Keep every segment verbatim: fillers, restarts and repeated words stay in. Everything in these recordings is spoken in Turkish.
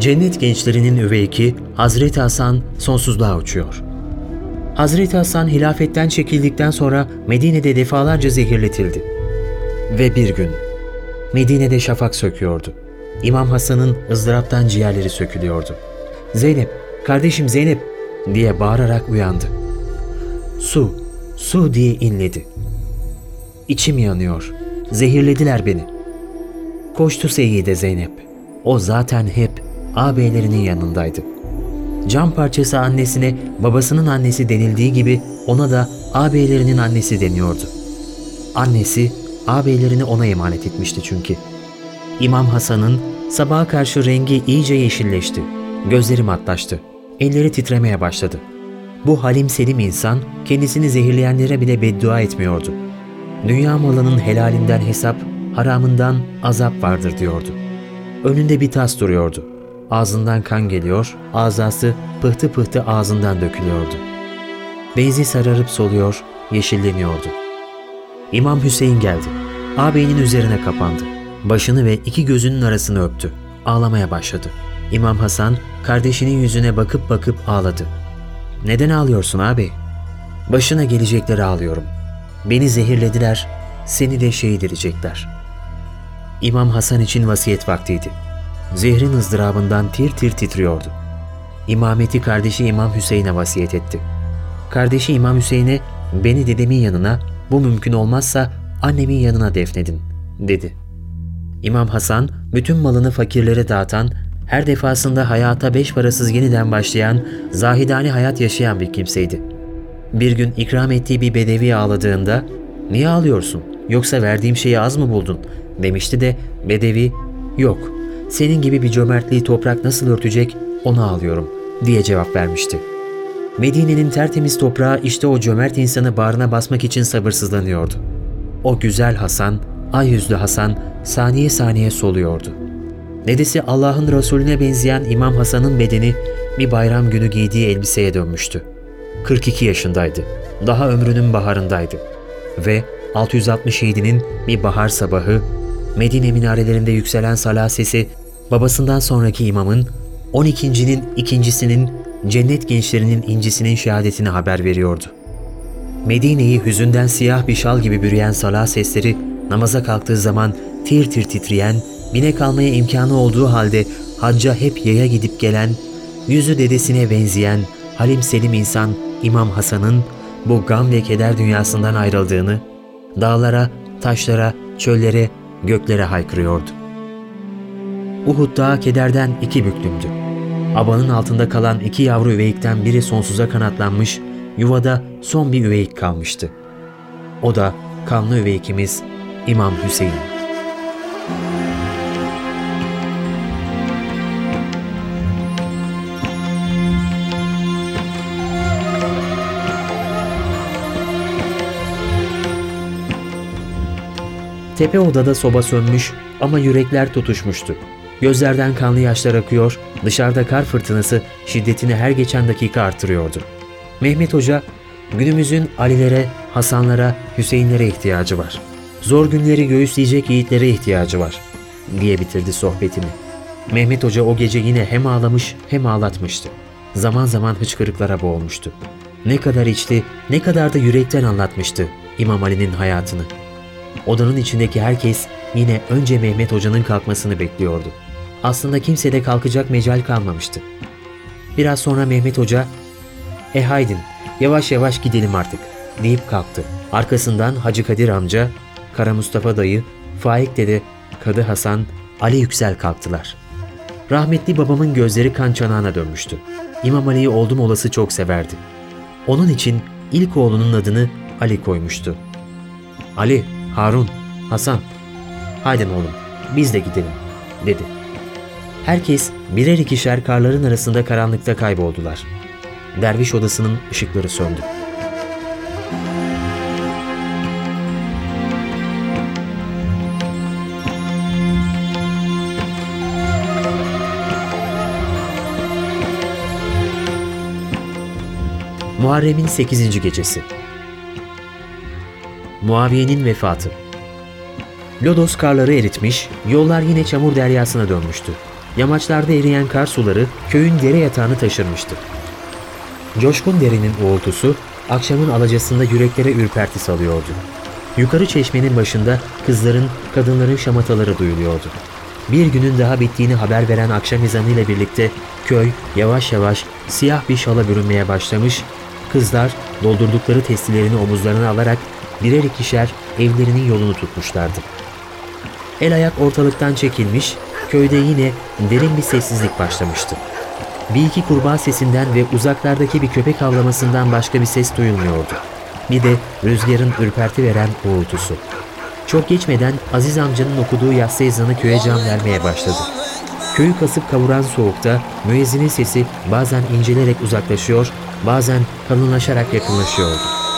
Cennet gençlerinin üveyki Hazreti Hasan sonsuzluğa uçuyor. Hazreti Hasan hilafetten çekildikten sonra Medine'de defalarca zehirletildi. Ve bir gün Medine'de şafak söküyordu. İmam Hasan'ın ızdıraptan ciğerleri sökülüyordu. "Zeynep, kardeşim Zeynep!" diye bağırarak uyandı. "Su, su!" diye inledi. "İçim yanıyor, zehirlediler beni." Koştu Seyyide Zeynep. O zaten hep ağabeylerinin yanındaydı. Cam parçası annesine babasının annesi denildiği gibi ona da ağabeylerinin annesi deniyordu. Annesi ağabeylerini ona emanet etmişti çünkü. İmam Hasan'ın sabaha karşı rengi iyice yeşilleşti. Gözleri matlaştı. Elleri titremeye başladı. Bu halim selim insan kendisini zehirleyenlere bile beddua etmiyordu. Dünya malının helalinden hesap, haramından azap vardır diyordu. Önünde bir tas duruyordu. Ağzından kan geliyor, azası pıhtı pıhtı ağzından dökülüyordu. Benzi sararıp soluyor, yeşilleniyordu. İmam Hüseyin geldi. Ağabeyinin üzerine kapandı. Başını ve iki gözünün arasını öptü. Ağlamaya başladı. İmam Hasan kardeşinin yüzüne bakıp bakıp ağladı. "Neden ağlıyorsun ağabey?" "Başına gelecekleri ağlıyorum. Beni zehirlediler, seni de şehit edecekler." İmam Hasan için vasiyet vaktiydi. Zehrin ızdırabından tir tir titriyordu. İmameti kardeşi İmam Hüseyin'e vasiyet etti. Kardeşi İmam Hüseyin'e "Beni dedemin yanına, bu mümkün olmazsa annemin yanına defnedin," dedi. İmam Hasan bütün malını fakirlere dağıtan, her defasında hayata beş parasız yeniden başlayan, zahidane hayat yaşayan bir kimseydi. Bir gün ikram ettiği bir bedevi ağladığında "Niye ağlıyorsun, yoksa verdiğim şeyi az mı buldun?" demişti de bedevi "Yok, senin gibi bir cömertliği toprak nasıl örtecek, onu ağlıyorum," diye cevap vermişti. Medine'nin tertemiz toprağı işte o cömert insanı bağrına basmak için sabırsızlanıyordu. O güzel Hasan, ay yüzlü Hasan saniye saniye soluyordu. Dedesi Allah'ın Resulüne benzeyen İmam Hasan'ın bedeni bir bayram günü giydiği elbiseye dönmüştü. kırk iki yaşındaydı. Daha ömrünün baharındaydı. Ve altı yüz altmış yedi'nin bir bahar sabahı Medine minarelerinde yükselen salah sesi babasından sonraki imamın, on ikincinin ikincisinin, cennet gençlerinin incisinin şehadetini haber veriyordu. Medine'yi hüzünden siyah bir şal gibi bürüyen salah sesleri namaza kalktığı zaman tir tir titreyen, binek almaya imkanı olduğu halde hacca hep yaya gidip gelen, yüzü dedesine benzeyen halim selim insan İmam Hasan'ın bu gam ve keder dünyasından ayrıldığını dağlara, taşlara, çöllere, göklere haykırıyordu. Uhud dağı kederden iki büklümdü. Abanın altında kalan iki yavru üveyikten biri sonsuza kanatlanmış, yuvada son bir üveyik kalmıştı. O da kanlı üveyikimiz İmam Hüseyin. Tepe odada soba sönmüş ama yürekler tutuşmuştu. Gözlerden kanlı yaşlar akıyor, dışarıda kar fırtınası şiddetini her geçen dakika artırıyordu. Mehmet Hoca, "Günümüzün Alilere, Hasanlara, Hüseyinlere ihtiyacı var. Zor günleri göğüsleyecek yiğitlere ihtiyacı var," diye bitirdi sohbetini. Mehmet Hoca o gece yine hem ağlamış hem ağlatmıştı. Zaman zaman hıçkırıklara boğulmuştu. Ne kadar içli, ne kadar da yürekten anlatmıştı İmam Ali'nin hayatını. Odanın içindeki herkes yine önce Mehmet Hoca'nın kalkmasını bekliyordu. Aslında kimsede kalkacak mecal kalmamıştı. Biraz sonra Mehmet Hoca, "E haydin, yavaş yavaş gidelim artık," deyip kalktı. Arkasından Hacı Kadir amca, Kara Mustafa dayı, Faik dede, Kadı Hasan, Ali Yüksel kalktılar. Rahmetli babamın gözleri kan çanağına dönmüştü. İmam Ali'yi oldum olası çok severdi. Onun için ilk oğlunun adını Ali koymuştu. "Ali, Harun, Hasan, haydin oğlum, biz de gidelim," dedi. Herkes birer ikişer karların arasında karanlıkta kayboldular. Derviş odasının ışıkları söndü. Muharrem'in sekizinci gecesi. Muaviye'nin vefatı. Lodos karları eritmiş, yollar yine çamur deryasına dönmüştü. Yamaçlarda eriyen kar suları köyün dere yatağını taşırmıştı. Coşkun derenin uğultusu akşamın alacasında yüreklere ürperti salıyordu. Yukarı çeşmenin başında kızların, kadınların şamataları duyuluyordu. Bir günün daha bittiğini haber veren akşam ezanıyla birlikte köy yavaş yavaş siyah bir şala bürünmeye başlamış, kızlar doldurdukları testilerini omuzlarına alarak birer ikişer evlerinin yolunu tutmuşlardı. El ayak ortalıktan çekilmiş, köyde yine derin bir sessizlik başlamıştı. Bir iki kurbağa sesinden ve uzaklardaki bir köpek havlamasından başka bir ses duyulmuyordu. Bir de rüzgarın ürperti veren uğultusu. Çok geçmeden Aziz amcanın okuduğu yatsı ezanı köye can vermeye başladı. Köyü kasıp kavuran soğukta müezzinin sesi bazen incelerek uzaklaşıyor, bazen kalınlaşarak yakınlaşıyordu.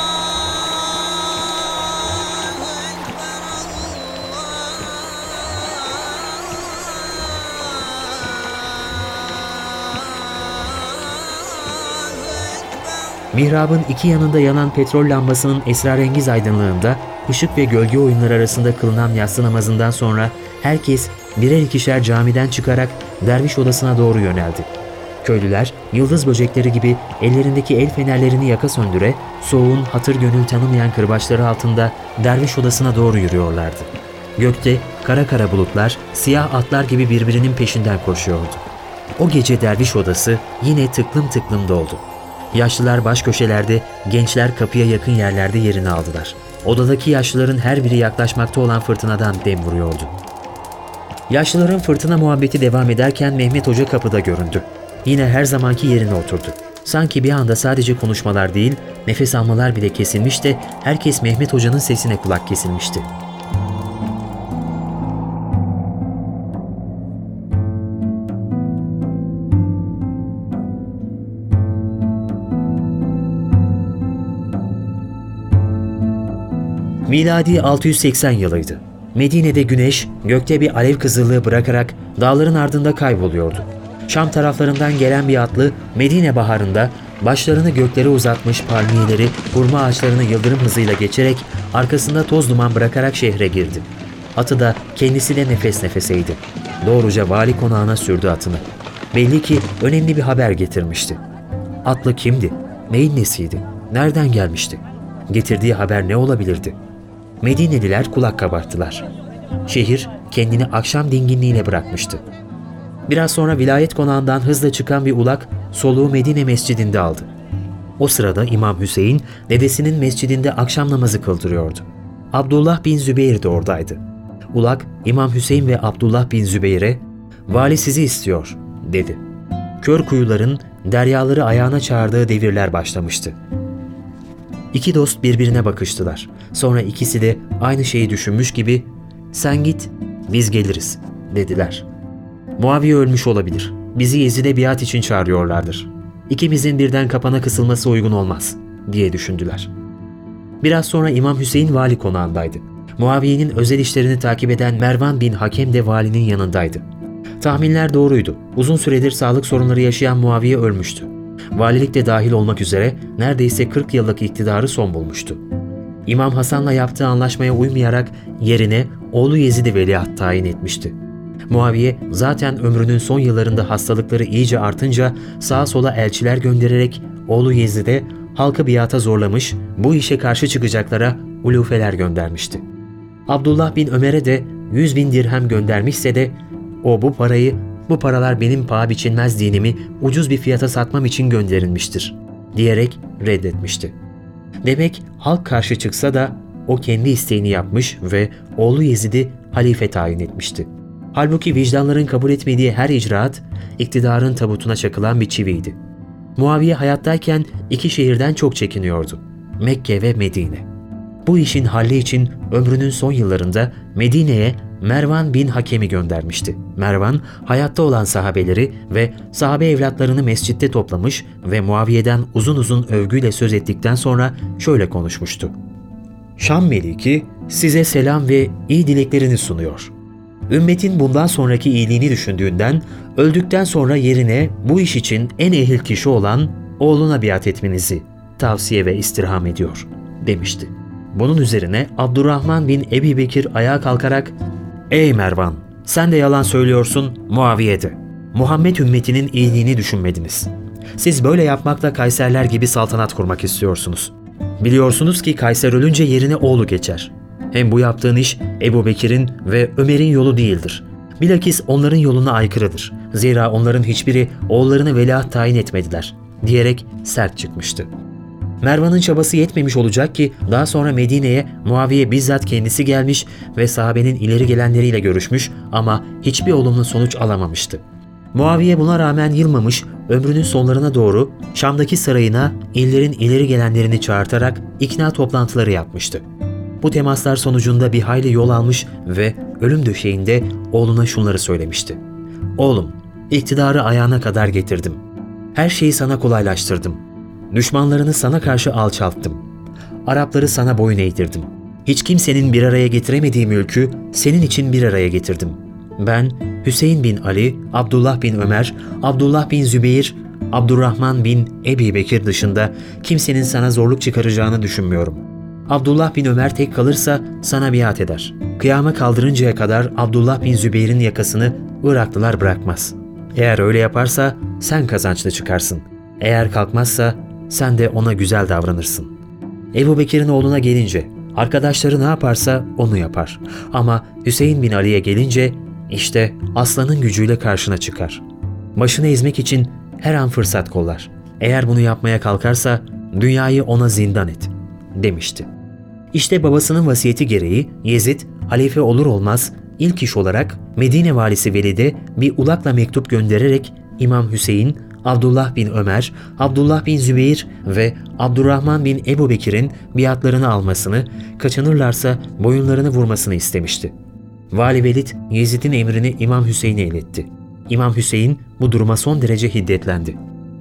Mihrabın iki yanında yanan petrol lambasının esrarengiz aydınlığında, ışık ve gölge oyunları arasında kılınan yatsı namazından sonra herkes birer ikişer camiden çıkarak derviş odasına doğru yöneldi. Köylüler, yıldız böcekleri gibi ellerindeki el fenerlerini yaka söndüre, soğuğun hatır gönül tanımayan kırbaçları altında derviş odasına doğru yürüyorlardı. Gökte kara kara bulutlar, siyah atlar gibi birbirinin peşinden koşuyordu. O gece derviş odası yine tıklım tıklım doldu. Yaşlılar baş köşelerde, gençler kapıya yakın yerlerde yerini aldılar. Odadaki yaşlıların her biri yaklaşmakta olan fırtınadan dem vuruyordu. Yaşlıların fırtına muhabbeti devam ederken Mehmet Hoca kapıda göründü. Yine her zamanki yerine oturdu. Sanki bir anda sadece konuşmalar değil, nefes almalar bile kesilmiş de herkes Mehmet Hoca'nın sesine kulak kesilmişti. Miladi altı yüz seksen yılıydı. Medine'de güneş gökte bir alev kızıllığı bırakarak dağların ardında kayboluyordu. Şam taraflarından gelen bir atlı Medine baharında başlarını göklere uzatmış palmiyeleri, hurma ağaçlarını yıldırım hızıyla geçerek arkasında toz duman bırakarak şehre girdi. Atı da kendisi de nefes nefeseydi. Doğruca vali konağına sürdü atını. Belli ki önemli bir haber getirmişti. Atlı kimdi? Neyin nesiydi? Nereden gelmişti? Getirdiği haber ne olabilirdi? Medineliler kulak kabarttılar. Şehir kendini akşam dinginliğiyle bırakmıştı. Biraz sonra vilayet konağından hızla çıkan bir ulak soluğu Medine mescidinde aldı. O sırada İmam Hüseyin dedesinin mescidinde akşam namazı kıldırıyordu. Abdullah bin Zübeyir de oradaydı. Ulak İmam Hüseyin ve Abdullah bin Zübeyir'e "Vali sizi istiyor," dedi. Kör kuyuların deryaları ayağına çağırdığı devirler başlamıştı. İki dost birbirine bakıştılar. Sonra ikisi de aynı şeyi düşünmüş gibi "Sen git, biz geliriz," dediler. "Muaviye ölmüş olabilir. Bizi Yezid'e biat için çağırıyorlardır. İkimizin birden kapana kısılması uygun olmaz," diye düşündüler. Biraz sonra İmam Hüseyin vali konağındaydı. Muaviye'nin özel işlerini takip eden Mervan bin Hakem de valinin yanındaydı. Tahminler doğruydu. Uzun süredir sağlık sorunları yaşayan Muaviye ölmüştü. Valilik de dahil olmak üzere neredeyse kırk yıllık iktidarı son bulmuştu. İmam Hasan'la yaptığı anlaşmaya uymayarak yerine oğlu Yezid'i veliaht tayin etmişti. Muaviye zaten ömrünün son yıllarında hastalıkları iyice artınca sağa sola elçiler göndererek oğlu Yezid'e halkı biata zorlamış, bu işe karşı çıkacaklara ulufeler göndermişti. Abdullah bin Ömer'e de yüz bin dirhem göndermişse de o bu parayı "Bu paralar benim paha biçilmez dinimi ucuz bir fiyata satmam için gönderilmiştir," diyerek reddetmişti. Demek halk karşı çıksa da o kendi isteğini yapmış ve oğlu Yezid'i halife tayin etmişti. Halbuki vicdanların kabul etmediği her icraat iktidarın tabutuna çakılan bir çiviydi. Muaviye hayattayken iki şehirden çok çekiniyordu: Mekke ve Medine. Bu işin halli için ömrünün son yıllarında Medine'ye Mervan bin Hakem'i göndermişti. Mervan, hayatta olan sahabeleri ve sahabe evlatlarını mescitte toplamış ve Muaviye'den uzun uzun övgüyle söz ettikten sonra şöyle konuşmuştu: "Şam Meliki size selam ve iyi dileklerini sunuyor. Ümmetin bundan sonraki iyiliğini düşündüğünden öldükten sonra yerine bu iş için en ehil kişi olan oğluna biat etmenizi tavsiye ve istirham ediyor," demişti. Bunun üzerine Abdurrahman bin Ebi Bekir ayağa kalkarak "Ey Mervan, sen de yalan söylüyorsun, Muaviye de. Muhammed ümmetinin iyiliğini düşünmediniz. Siz böyle yapmakla Kayserler gibi saltanat kurmak istiyorsunuz. Biliyorsunuz ki Kayser ölünce yerine oğlu geçer. Hem bu yaptığın iş Ebu Bekir'in ve Ömer'in yolu değildir. Bilakis onların yoluna aykırıdır. Zira onların hiçbiri oğullarını veliaht tayin etmediler, diyerek sert çıkmıştı. Mervan'ın çabası yetmemiş olacak ki daha sonra Medine'ye Muaviye bizzat kendisi gelmiş ve sahabenin ileri gelenleriyle görüşmüş ama hiçbir olumlu sonuç alamamıştı. Muaviye buna rağmen yılmamış, ömrünün sonlarına doğru Şam'daki sarayına illerin ileri gelenlerini çağırtarak ikna toplantıları yapmıştı. Bu temaslar sonucunda bir hayli yol almış ve ölüm döşeğinde oğluna şunları söylemişti. "Oğlum, iktidarı ayağına kadar getirdim. Her şeyi sana kolaylaştırdım. Düşmanlarını sana karşı alçalttım. Arapları sana boyun eğdirdim. Hiç kimsenin bir araya getiremediği mülkü senin için bir araya getirdim. Ben Hüseyin bin Ali, Abdullah bin Ömer, Abdullah bin Zübeyir, Abdurrahman bin Ebi Bekir dışında kimsenin sana zorluk çıkaracağını düşünmüyorum. Abdullah bin Ömer tek kalırsa sana biat eder. Kıyama kaldırıncaya kadar Abdullah bin Zübeyir'in yakasını Iraklılar bırakmaz. Eğer öyle yaparsa sen kazançlı çıkarsın. Eğer kalkmazsa sen de ona güzel davranırsın. Ebu Bekir'in oğluna gelince arkadaşları ne yaparsa onu yapar. Ama Hüseyin bin Ali'ye gelince işte aslanın gücüyle karşına çıkar. Başını ezmek için her an fırsat kollar. Eğer bunu yapmaya kalkarsa dünyayı ona zindan et," demişti. İşte babasının vasiyeti gereği Yezid, halife olur olmaz ilk iş olarak Medine valisi Velid'e bir ulakla mektup göndererek İmam Hüseyin, Abdullah bin Ömer, Abdullah bin Zübeyir ve Abdurrahman bin Ebu Bekir'in biatlarını almasını, kaçınırlarsa boyunlarını vurmasını istemişti. Vali Velid, Yezid'in emrini İmam Hüseyin'e iletti. İmam Hüseyin bu duruma son derece hiddetlendi.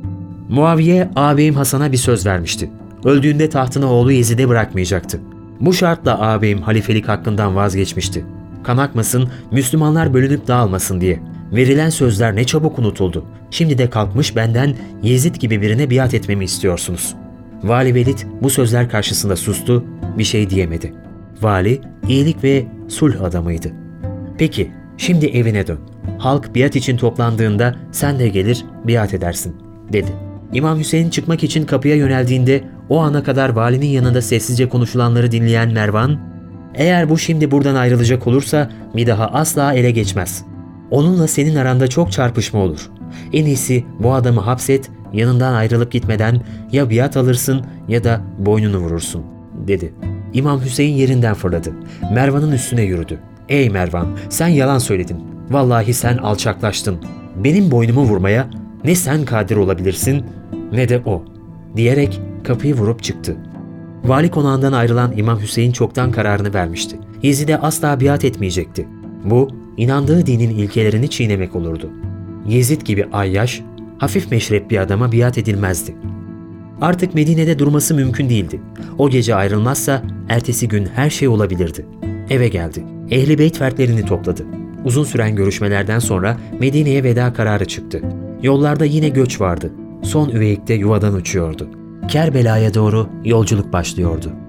Muaviye, ağabeyim Hasan'a bir söz vermişti. Öldüğünde tahtını oğlu Yezid'e bırakmayacaktı. Bu şartla ağabeyim halifelik hakkından vazgeçmişti. Kan akmasın, Müslümanlar bölünüp dağılmasın diye. Verilen sözler ne çabuk unutuldu. Şimdi de kalkmış benden Yezid gibi birine biat etmemi istiyorsunuz. Vali Velid bu sözler karşısında sustu, bir şey diyemedi. Vali, iyilik ve sulh adamıydı. "Peki, şimdi evine dön. Halk biat için toplandığında sen de gelir biat edersin," dedi. İmam Hüseyin çıkmak için kapıya yöneldiğinde o ana kadar valinin yanında sessizce konuşulanları dinleyen Mervan, "Eğer bu şimdi buradan ayrılacak olursa bir daha asla ele geçmez. Onunla senin aranda çok çarpışma olur. En iyisi bu adamı hapset, yanından ayrılıp gitmeden ya biat alırsın ya da boynunu vurursun," dedi. İmam Hüseyin yerinden fırladı. Mervan'ın üstüne yürüdü. "Ey Mervan, sen yalan söyledin. Vallahi sen alçaklaştın. Benim boynumu vurmaya ne sen kadir olabilirsin ne de o," diyerek kapıyı vurup çıktı. Vali konağından ayrılan İmam Hüseyin çoktan kararını vermişti. Yezid'e asla biat etmeyecekti. Bu, inandığı dinin ilkelerini çiğnemek olurdu. Yezid gibi ayyaş, hafif meşrep bir adama biat edilmezdi. Artık Medine'de durması mümkün değildi. O gece ayrılmazsa ertesi gün her şey olabilirdi. Eve geldi. Ehl-i Beyt fertlerini topladı. Uzun süren görüşmelerden sonra Medine'ye veda kararı çıktı. Yollarda yine göç vardı. Son üveyikte yuvadan uçuyordu. Kerbela'ya doğru yolculuk başlıyordu.